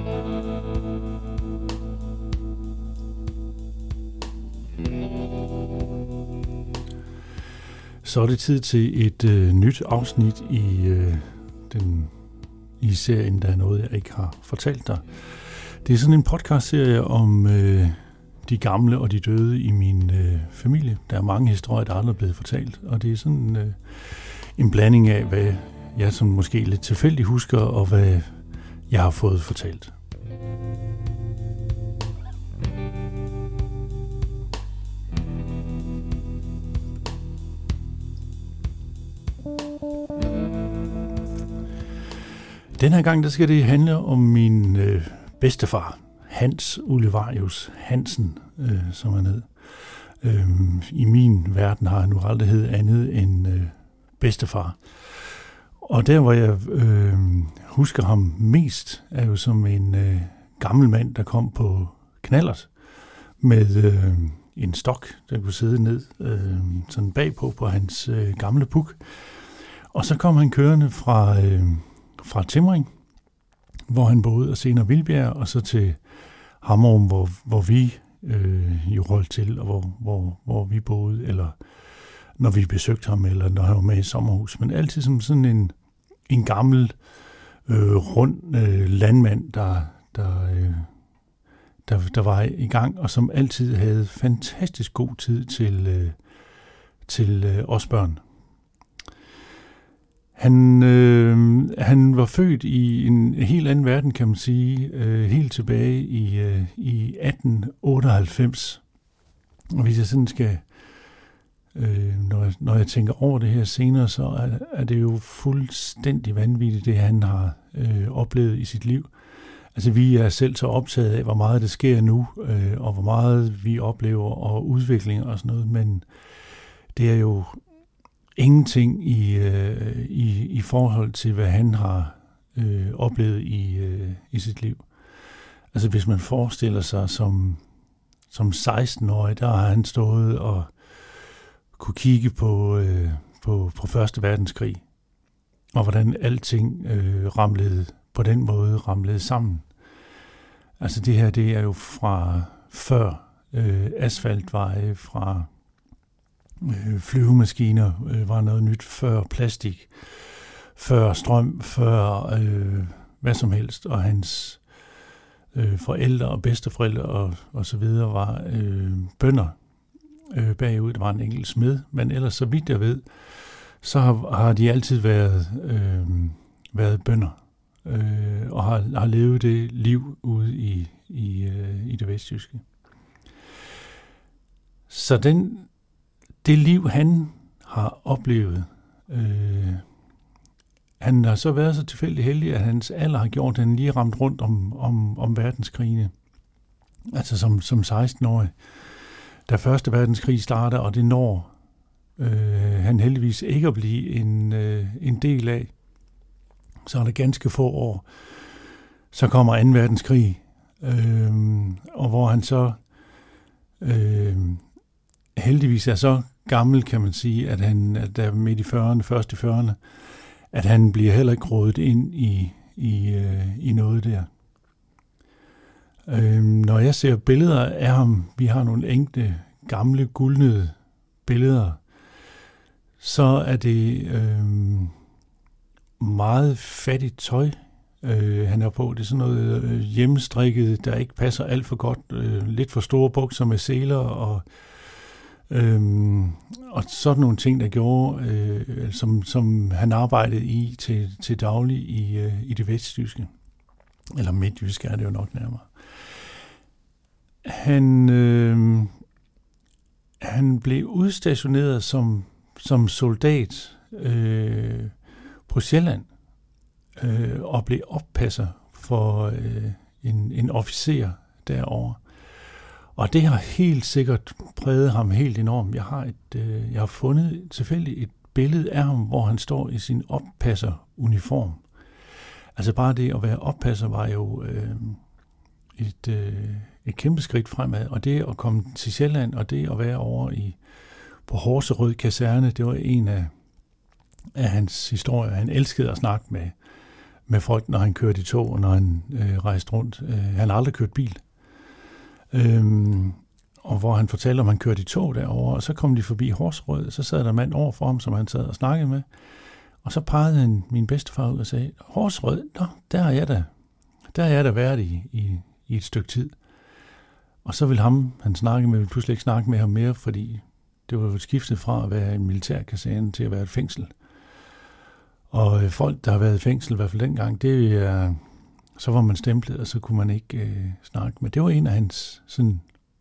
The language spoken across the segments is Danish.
Så er det tid til et nyt afsnit i serien, der er noget, jeg ikke har fortalt dig. Det er sådan en podcastserie om de gamle og de døde i min familie. Der er mange historier, der aldrig er blevet fortalt, og det er sådan en blanding af, hvad jeg som måske lidt tilfældigt husker, og hvad jeg har fået fortalt. Den her gang, der skal det handle om min bedstefar, Hans Olivarius Hansen, som han hed. I min verden har han nu aldrig hed andet end bedstefar. Og der, hvor jeg husker ham mest, er jo som en gammel mand, der kom på knallert med en stok, der kunne sidde ned sådan bagpå på hans gamle puk. Og så kom han kørende fra Timring, hvor han boede, og senere Vildbjerg, og så til Hammerum, hvor vi jo holdt til, og hvor vi boede, eller når vi besøgte ham, eller når han var med i sommerhus. Men altid som sådan en gammel, rund landmand, der var i gang, og som altid havde fantastisk god tid til os børn. Han var født i en helt anden verden, kan man sige, helt tilbage i 1898. Og hvis jeg sådan skal, når jeg tænker over det her senere, så er det jo fuldstændig vanvittigt, det han har oplevet i sit liv. Altså vi er selv så optaget af, hvor meget det sker nu, og hvor meget vi oplever, og udvikling og sådan noget, men det er jo ingenting i forhold til, hvad han har oplevet i sit liv. Altså hvis man forestiller sig som 16-årig, der har han stået og kunne kigge på Første Verdenskrig, og hvordan alting på den måde ramlede sammen. Altså det her, det er jo fra før asfaltveje, fra flyvemaskiner var noget nyt, før plastik, før strøm, før hvad som helst, og hans forældre og bedsteforældre og så videre var bønder bagud. Der var en enkelt smed, men ellers, så vidt jeg ved, så har de altid været bønder, og har levet det liv ude i det vestjyske. Så det liv, han har oplevet, han har så været så tilfældig heldig, at hans alder har gjort, at han lige ramt rundt om verdenskrigene. Altså som 16-årig. Da Første Verdenskrig starter, og det når han heldigvis ikke at blive en del af, så er der ganske få år. Så kommer 2. verdenskrig, og hvor han så heldigvis er så gammel, kan man sige, at er midt i 40'erne, først i 40'erne, at han bliver heller ikke rådet ind i noget der. Når jeg ser billeder af ham, vi har nogle enkelte gamle guldnede billeder, så er det meget fattigt tøj, han er på. Det er sådan noget hjemmestrikket, der ikke passer alt for godt. Lidt for store bukser med seler og sådan nogle ting, der gjorde, som han arbejdede i til daglig i det vestjyske. Eller midtjyske er det jo nok nærmere. Han blev udstationeret som soldat på Sjælland og blev oppasser for en officer derovre. Og det har helt sikkert præget ham helt enormt. Jeg har fundet tilfældigt et billede af ham, hvor han står i sin oppasseruniform. Altså bare det at være oppasser var jo et kæmpe skridt fremad. Og det at komme til Sjælland, og det at være over på Horserød Kaserne, det var en af hans historier. Han elskede at snakke med folk, når han kørte i tog, og når han rejste rundt. Han har aldrig kørt bil. Og hvor han fortalte, om han kørte i tog derovre, og så kom de forbi Horserød, så sad der en mand over for ham, som han sad og snakkede med, og så pegede han min bedstefar ud og sagde, Horserød, nå, der er jeg da været i et stykke tid. Og så ville han snakke med, pludselig ikke snakke med ham mere, fordi det var jo skiftet fra at være en militærkaserne til at være et fængsel. Og folk, der har været i fængsel, i hvert fald dengang, så var man stemplet, og så kunne man ikke snakke. Men det var en af hans sådan,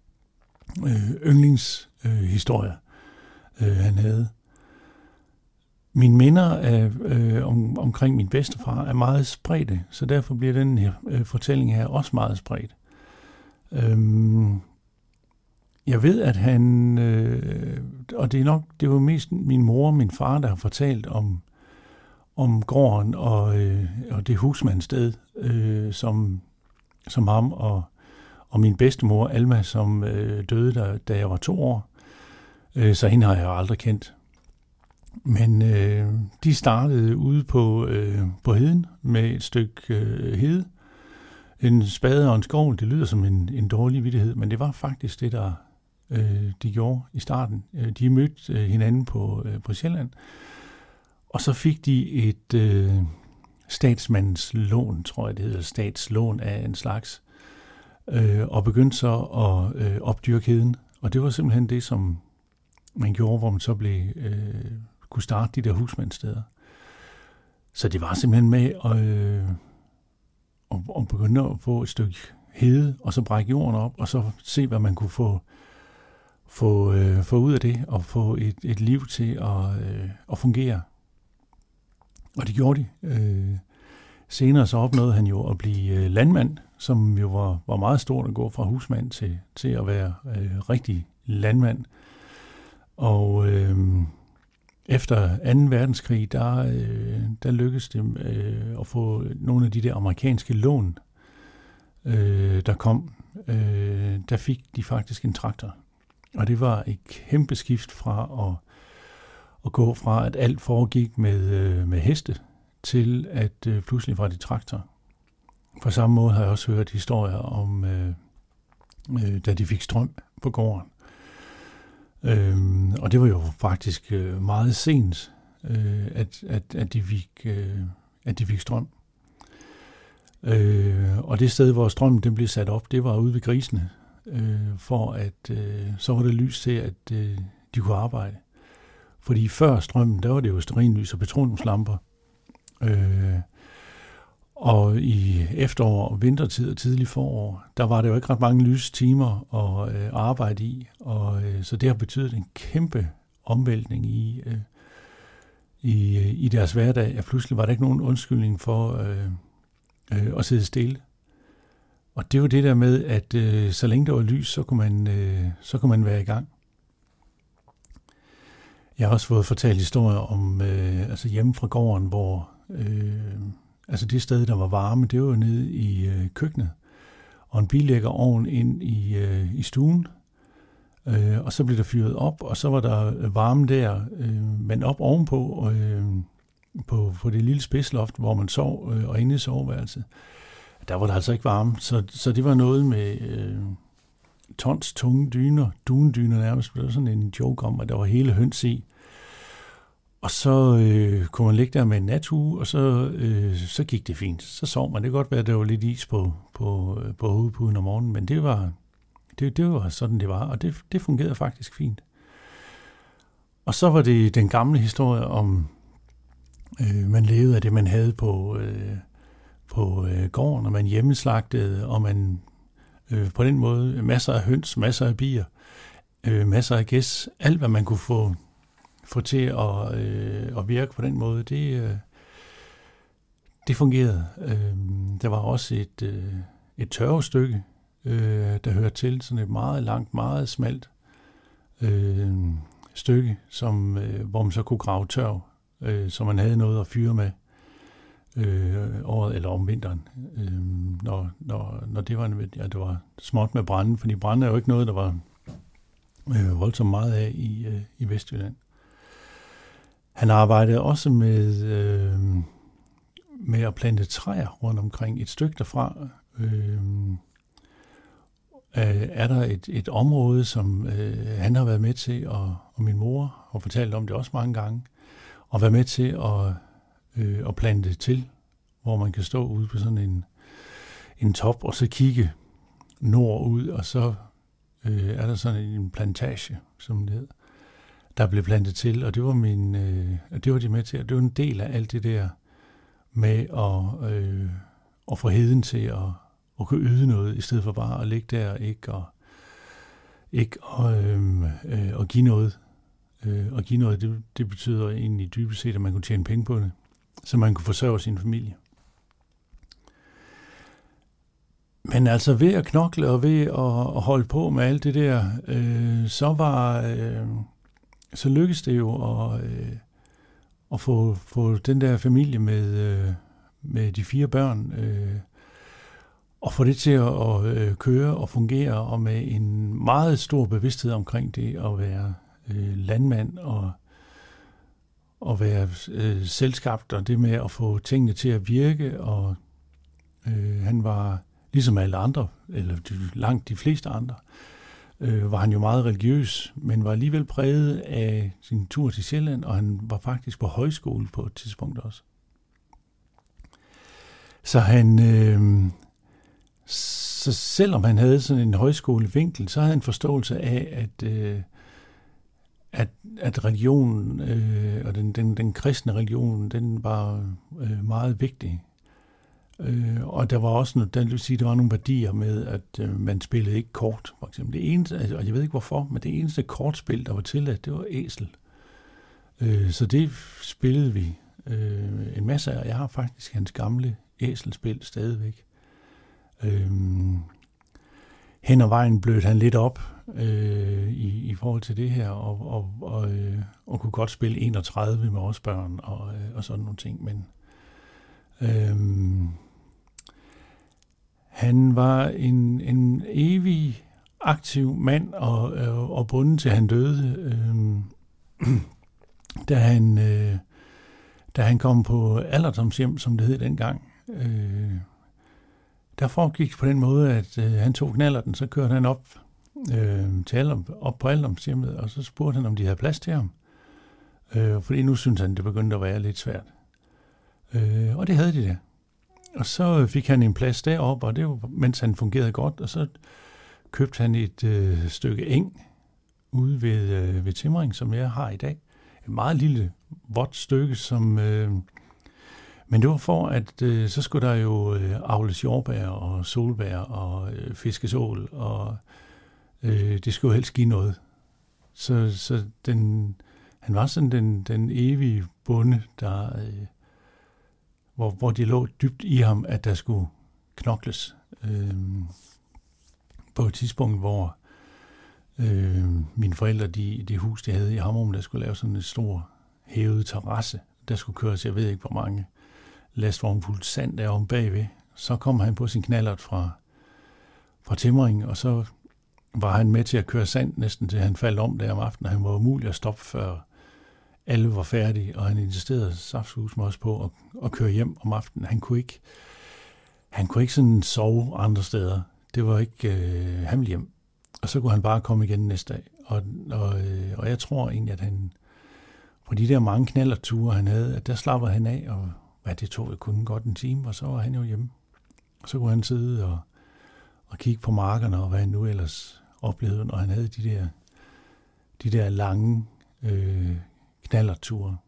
yndlingshistorier, han havde. Mine minder omkring min bedstefar er meget spredte, så derfor bliver den her fortælling her også meget spredt. Jeg ved, at han, og det var mest min mor og min far, der har fortalt om gården og det husmandssted, som ham og min bedstemor Alma, som døde, da jeg var 2 år. Så hende har jeg aldrig kendt. Men de startede ude på heden med et stykke hede. En spade og en skovl, det lyder som en dårlig vittighed, men det var faktisk det, der de gjorde i starten. De mødte hinanden på Sjælland, og så fik de et statsmandens lån, tror jeg det hedder, statslån af en slags, og begyndte så at opdyrke heden. Og det var simpelthen det, som man gjorde, hvor man så kunne starte de der husmandssteder. Så det var simpelthen med at begynde at få et stykke hede, og så brække jorden op, og så se, hvad man kunne få ud af det, og få et liv til at fungere. Og det gjorde de. Senere så opnåede han jo at blive landmand, som jo var meget stort at gå fra husmand til at være rigtig landmand. Og efter 2. verdenskrig, der lykkedes det at få nogle af de der amerikanske lån, der kom. Der fik de faktisk en traktor. Og det var et kæmpe skift fra at gå fra, at alt foregik med heste, til at pludselig var det traktor. På samme måde har jeg også hørt historier om, da de fik strøm på gården. Og det var jo faktisk meget sent, at de fik strøm. Og det sted, hvor strømmen den blev sat op, det var ude ved Grisene, for at så var der lys til, at de kunne arbejde. Fordi før strømmen, der var det jo stearinlys og petroleumslamper. Og i efterår og vintertid og tidlig forår, der var det jo ikke ret mange lystimer at arbejde i. Og så det har betydet en kæmpe omvæltning i deres hverdag. At pludselig var der ikke nogen undskyldning for at sidde stille. Og det var det der med, at så længe der var lys, så kunne man være i gang. Jeg har også fået fortalt historier om altså hjemme fra gården, hvor altså det sted, der var varme, det var jo nede i køkkenet, og en billæggerovn ind i stuen, og så blev der fyret op, og så var der varme der, men op ovenpå på det lille spidsloft, hvor man sov, og inde i soveværelset, der var der altså ikke varme, så det var noget med tons tunge dyner, dundyner nærmest, det var sådan en joke om, at der var hele høns i. Og så kunne man ligge der med en nathue, og så gik det fint. Så sov man. Det kan godt være, at der var lidt is på hovedpuden om morgenen, men det var sådan, det var, og det fungerede faktisk fint. Og så var det den gamle historie om, man levede af det, man havde på gården, og man hjemmeslagtede, og man på den måde masser af høns, masser af bier, masser af gæs, alt hvad man kunne få til at virke på den måde, det fungerede. Der var også et tørvestykke, der hørte til, sådan et meget langt, meget smalt stykke, hvor man så kunne grave tørv, så man havde noget at fyre med året eller om vinteren, når det var nødvendigt. Det var småt med brænde, fordi brænde er jo ikke noget, der var voldsomt meget af i Vestjylland. Han arbejdede også med at plante træer rundt omkring. Et stykke derfra er der et område, som han har været med til, og min mor har fortalt om det også mange gange, og været med til at plante til, hvor man kan stå ude på sådan en top, og så kigge nordud, og så er der sådan en plantage, som det hedder, der blev plantet til, og det var det var de med til, og det var en del af alt det der med at få heden til at kunne yde noget, i stedet for bare at ligge der og give noget. Og give noget, det betyder egentlig dybest set, at man kunne tjene penge på det, så man kunne forsørge sin familie. Men altså ved at knokle og ved at holde på med alt det der, så lykkedes det jo at få den der familie med de 4 børn, og få det til at køre og fungere, og med en meget stor bevidsthed omkring det at være landmand og være selvskabt, og det med at få tingene til at virke, og han var ligesom alle andre, eller langt de fleste andre, var han jo meget religiøs, men var alligevel præget af sin tur til Sjælland, og han var faktisk på højskole på et tidspunkt også. Så selvom han havde sådan en højskolevinkel, så havde han forståelse af, at religionen, og den kristne religion, den var meget vigtig. Og der var også der var nogle værdier med, at man spillede ikke kort, for eksempel. Det eneste, og jeg ved ikke hvorfor, men det eneste kortspil, der var tilladt, det var æsel. Så det spillede vi en masse af. Jeg har faktisk hans gamle æselspil stadigvæk. Hen ad vejen blødte han lidt op i forhold til det her, og kunne godt spille 31 med os børn og sådan nogle ting, men han var en evig aktiv mand og bundet til han døde, da han kom på alderdomshjem, som det hed dengang. Der foregik på den måde, at han tog knallerten, så kørte han op på alderdomshjemmet, og så spurgte han, om de havde plads til ham. Fordi nu synes han, det begyndte at være lidt svært. Og det havde de der. Og så fik han en plads deroppe, og det var, mens han fungerede godt, og så købte han et stykke eng ude ved Timring, som jeg har i dag. Et meget lille, vådt stykke, men det var for, at så skulle der jo avles jordbær og solbær og fiskesål, og det skulle jo helst give noget. Så han var sådan den evige bonde, der hvor det lå dybt i ham, at der skulle knokles. På et tidspunkt, hvor mine forældre, det hus, de havde i Hammerum, der skulle lave sådan en stor hævet terrasse, der skulle køres, jeg ved ikke hvor mange lastvognfuldt sand derom bagved. Så kom han på sin knallert fra Timring, og så var han med til at køre sand næsten til han faldt om der om aftenen. Han var umulig at stoppe, før alle var færdige, og han insisterede saftsus med os på at køre hjem om aftenen. Han kunne ikke sådan sove andre steder. Det var ikke han ville hjem. Og så kunne han bare komme igen næste dag. Og jeg tror egentlig, at han på de der mange knallerture, han havde, at der slappede han af, og det tog kun godt en time, og så var han jo hjemme. Og så kunne han sidde og kigge på markerne, og hvad han nu ellers oplevede, når han havde de der lange knallerture.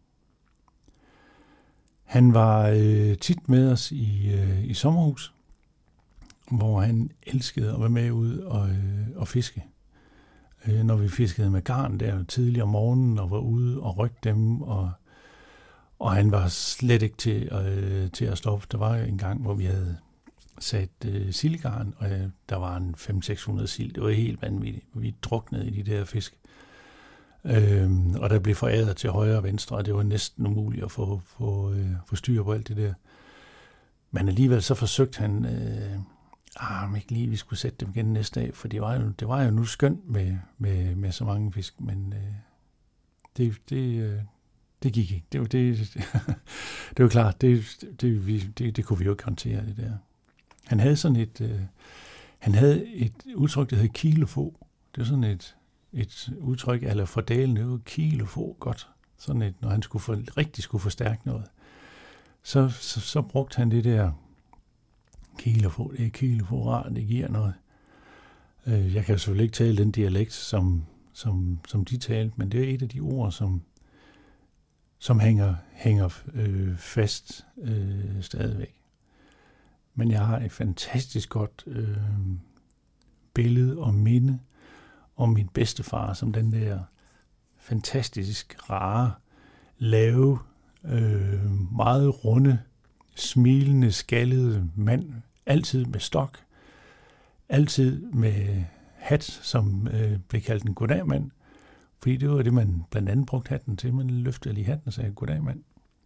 Han var tit med os i sommerhus, hvor han elskede at være med ud og fiske. Når vi fiskede med garn der tidligere om morgenen og var ude og rykte dem, og han var slet ikke til at stoppe. Der var en gang, hvor vi havde sat sildegarn, og der var en 500-600 sild. Det var helt vanvittigt. Vi druknede i de der fisk. Og der blev foræret til højre og venstre, og det var næsten umuligt at få styr på alt det der. Men alligevel så forsøgte han, om ikke lige vi skulle sætte dem igen næste dag, for det var jo nu skønt med så mange fisk, men Det gik ikke. Det var klart, det kunne vi jo ikke håndtere, det der. Han havde sådan et udtryk, der hed kilefo. Det var sådan et udtryk, eller fordelen, det var kilefo godt. Sådan et, når han rigtig skulle forstærke noget. Så brugte han det der kilefo. Det er kilefo rart, det giver noget. Jeg kan jo selvfølgelig ikke tale den dialekt, som de talte, men det er et af de ord, som hænger fast stadigvæk. Men jeg har et fantastisk godt billede og minde om min bedstefar, som den der fantastisk rare, lave, meget runde, smilende, skaldede mand, altid med stok, altid med hat, som blev kaldt en goddagmand, fordi det var det, man blandt andet brugte hatten til. Man løftede lige hatten og sagde goddagmand.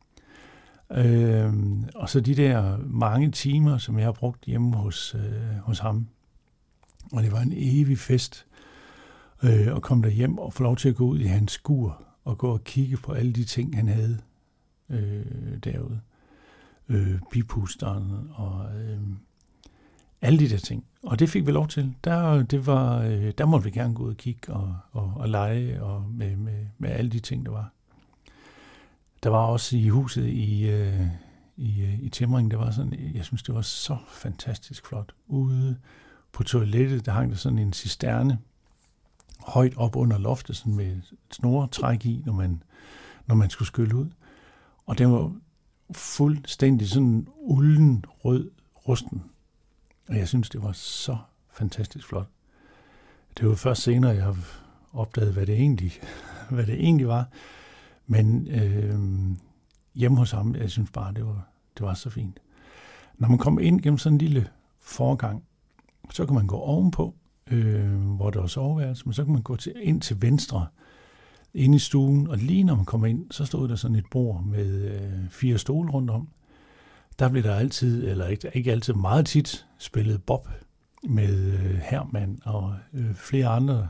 Og så de der mange timer, som jeg har brugt hjemme hos ham. Og det var en evig fest at komme derhjem og få lov til at gå ud i hans skur og gå og kigge på alle de ting, han havde derude. Bipusteren og alle de der ting. Og det fik vi lov til. Der måtte vi gerne gå ud og kigge og lege og med alle de ting, der var. Der var også i huset i Timring, der var sådan, jeg synes, det var så fantastisk flot. Ude på toilettet, der hang der sådan en cisterne højt op under loftet, sådan med snoretræk i, når man skulle skylle ud. Og den var fuldstændig sådan ulden, rød, rusten. Og jeg synes, det var så fantastisk flot. Det var først senere, jeg har opdaget, hvad det egentlig var. Men hjemme hos ham, jeg synes bare, det var så fint. Når man kommer ind gennem sådan en lille forgang, så kan man gå ovenpå, hvor der var soveværelse, men så kan man gå ind til venstre, inde i stuen, og lige når man kommer ind, så stod der sådan et bord med 4 stole rundt om. Der blev der altid, eller ikke altid, meget tit spillet bob med Herman og flere andre,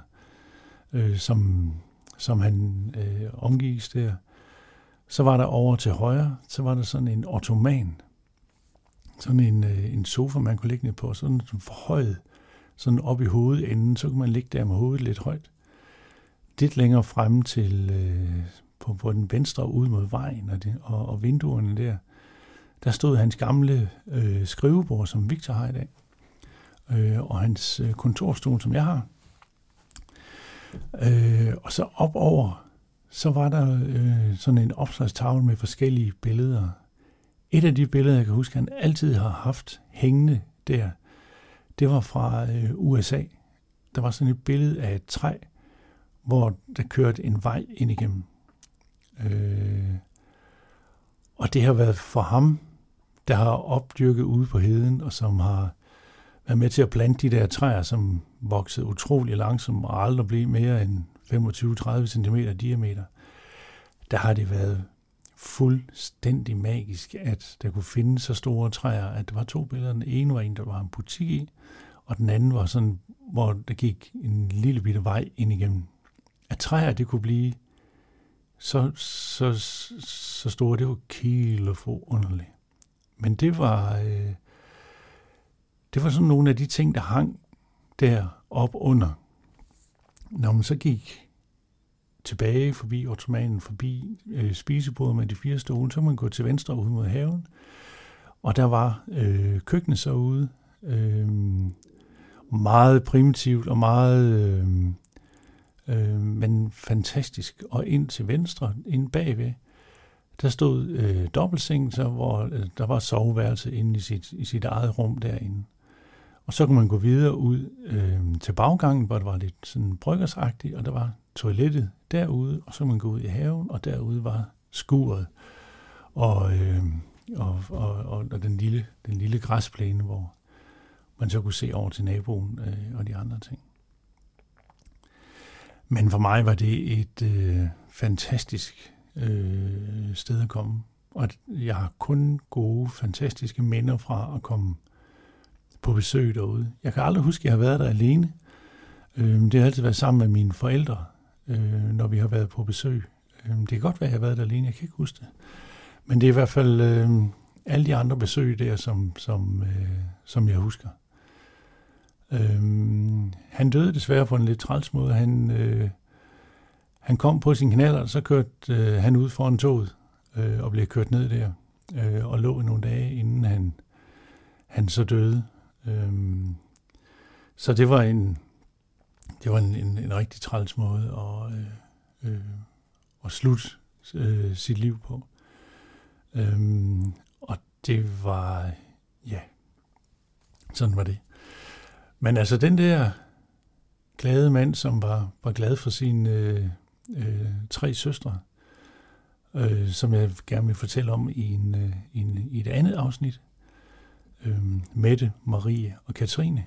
som han omgik der. Så var der over til højre, så var der sådan en ottoman, sådan en sofa, man kunne ligge ned på, sådan forhøjet, sådan op i hovedenden, så kunne man ligge der med hovedet lidt højt. Lidt længere fremme til på den venstre ud mod vejen og vinduerne der stod hans gamle skrivebord, som Victor har i dag, og hans kontorstol, som jeg har. Og så op over, så var der sådan en opslagstavle med forskellige billeder. Et af de billeder, jeg kan huske, han altid har haft hængende der, det var fra USA. Der var sådan et billede af et træ, hvor der kørte en vej ind igennem. Og det har været for ham, der har opdyrket ude på heden, og som har været med til at plante de der træer, som voksede utrolig langsomt og aldrig blev mere end 25-30 cm diameter. Der har det været fuldstændig magisk, at der kunne findes så store træer, at der var 2 billeder. Den ene var en, der var en butik i, og den anden var sådan, hvor der gik en lille bitte vej ind igennem. At træer, det kunne blive så store, det var kilefo underligt. Men det var sådan nogle af de ting, der hang der op under. Når man så gik tilbage forbi ottomanen, forbi spisebordet med de 4 stole, så kunne man gå til venstre ud mod haven. Og der var køkkenet så ude. Meget primitivt og meget, men fantastisk. Og ind til venstre, ind bagved, der stod dobbeltsengen, så hvor der var soveværelse inde i sit eget rum derinde. Og så kunne man gå videre ud til baggangen, hvor det var lidt sådan bryggersagtigt, og der var toilettet derude, og så kunne man gå ud i haven, og derude var skuret og den lille græsplæne, hvor man så kunne se over til naboen og de andre ting. Men for mig var det et fantastisk sted at komme. Og jeg har kun gode, fantastiske minder fra at komme på besøg derude. Jeg kan aldrig huske, at jeg har været der alene. Det har altid været sammen med mine forældre, når vi har været på besøg. Det kan godt være, at jeg har været der alene, jeg kan ikke huske det. Men det er i hvert fald alle de andre besøg der, som jeg husker. Han døde desværre på en lidt træls måde. Han kom på sin knallert, og så kørte han ud foran toget og blev kørt ned der og lå nogle dage, inden han så døde. Så det var en rigtig træls måde at slutte sit liv på. Og det var, ja, sådan var det. Men altså den der glade mand, som var glad for sine 3 søstre, som jeg gerne vil fortælle om i et andet afsnit, Mette, Marie og Katrine.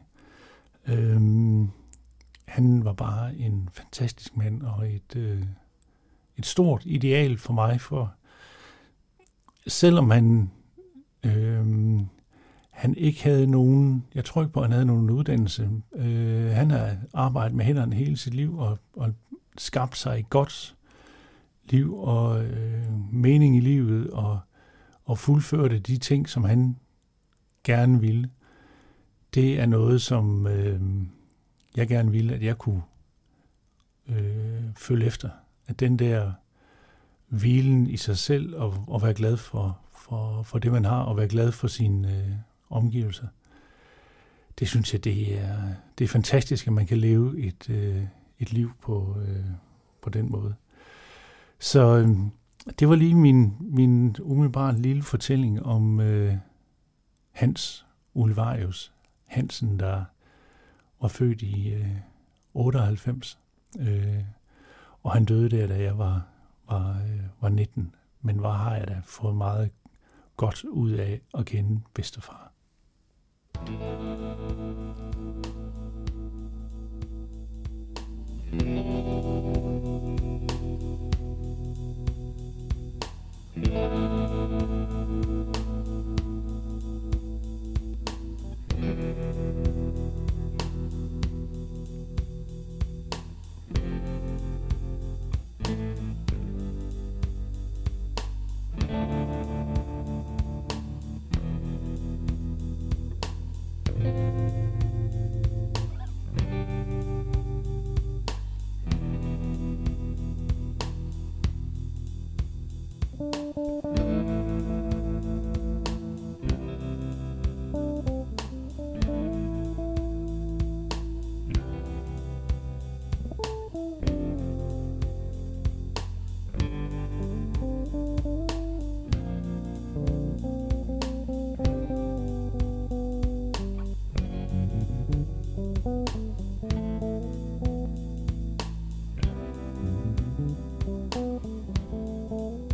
Han var bare en fantastisk mand og et stort ideal for mig, for selvom han ikke havde nogen, jeg tror ikke på, at han havde nogen uddannelse. Han har arbejdet med hænderne hele sit liv og skabt sig et godt liv og mening i livet og fuldførte de ting, som han gerne ville. Det er noget, som jeg gerne ville, at jeg kunne følge efter. At den der hvilen i sig selv og være glad for det, man har, og være glad for sine omgivelser. Det synes jeg, det er fantastisk, at man kan leve et liv på den måde. Så det var lige min umiddelbare lille fortælling om Hans Olivarius Hansen, der var født i 98. Og han døde der, da jeg var 19. Men hvor har jeg da fået meget godt ud af at kende bedstefar.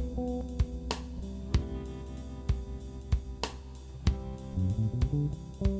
Mm-hmm.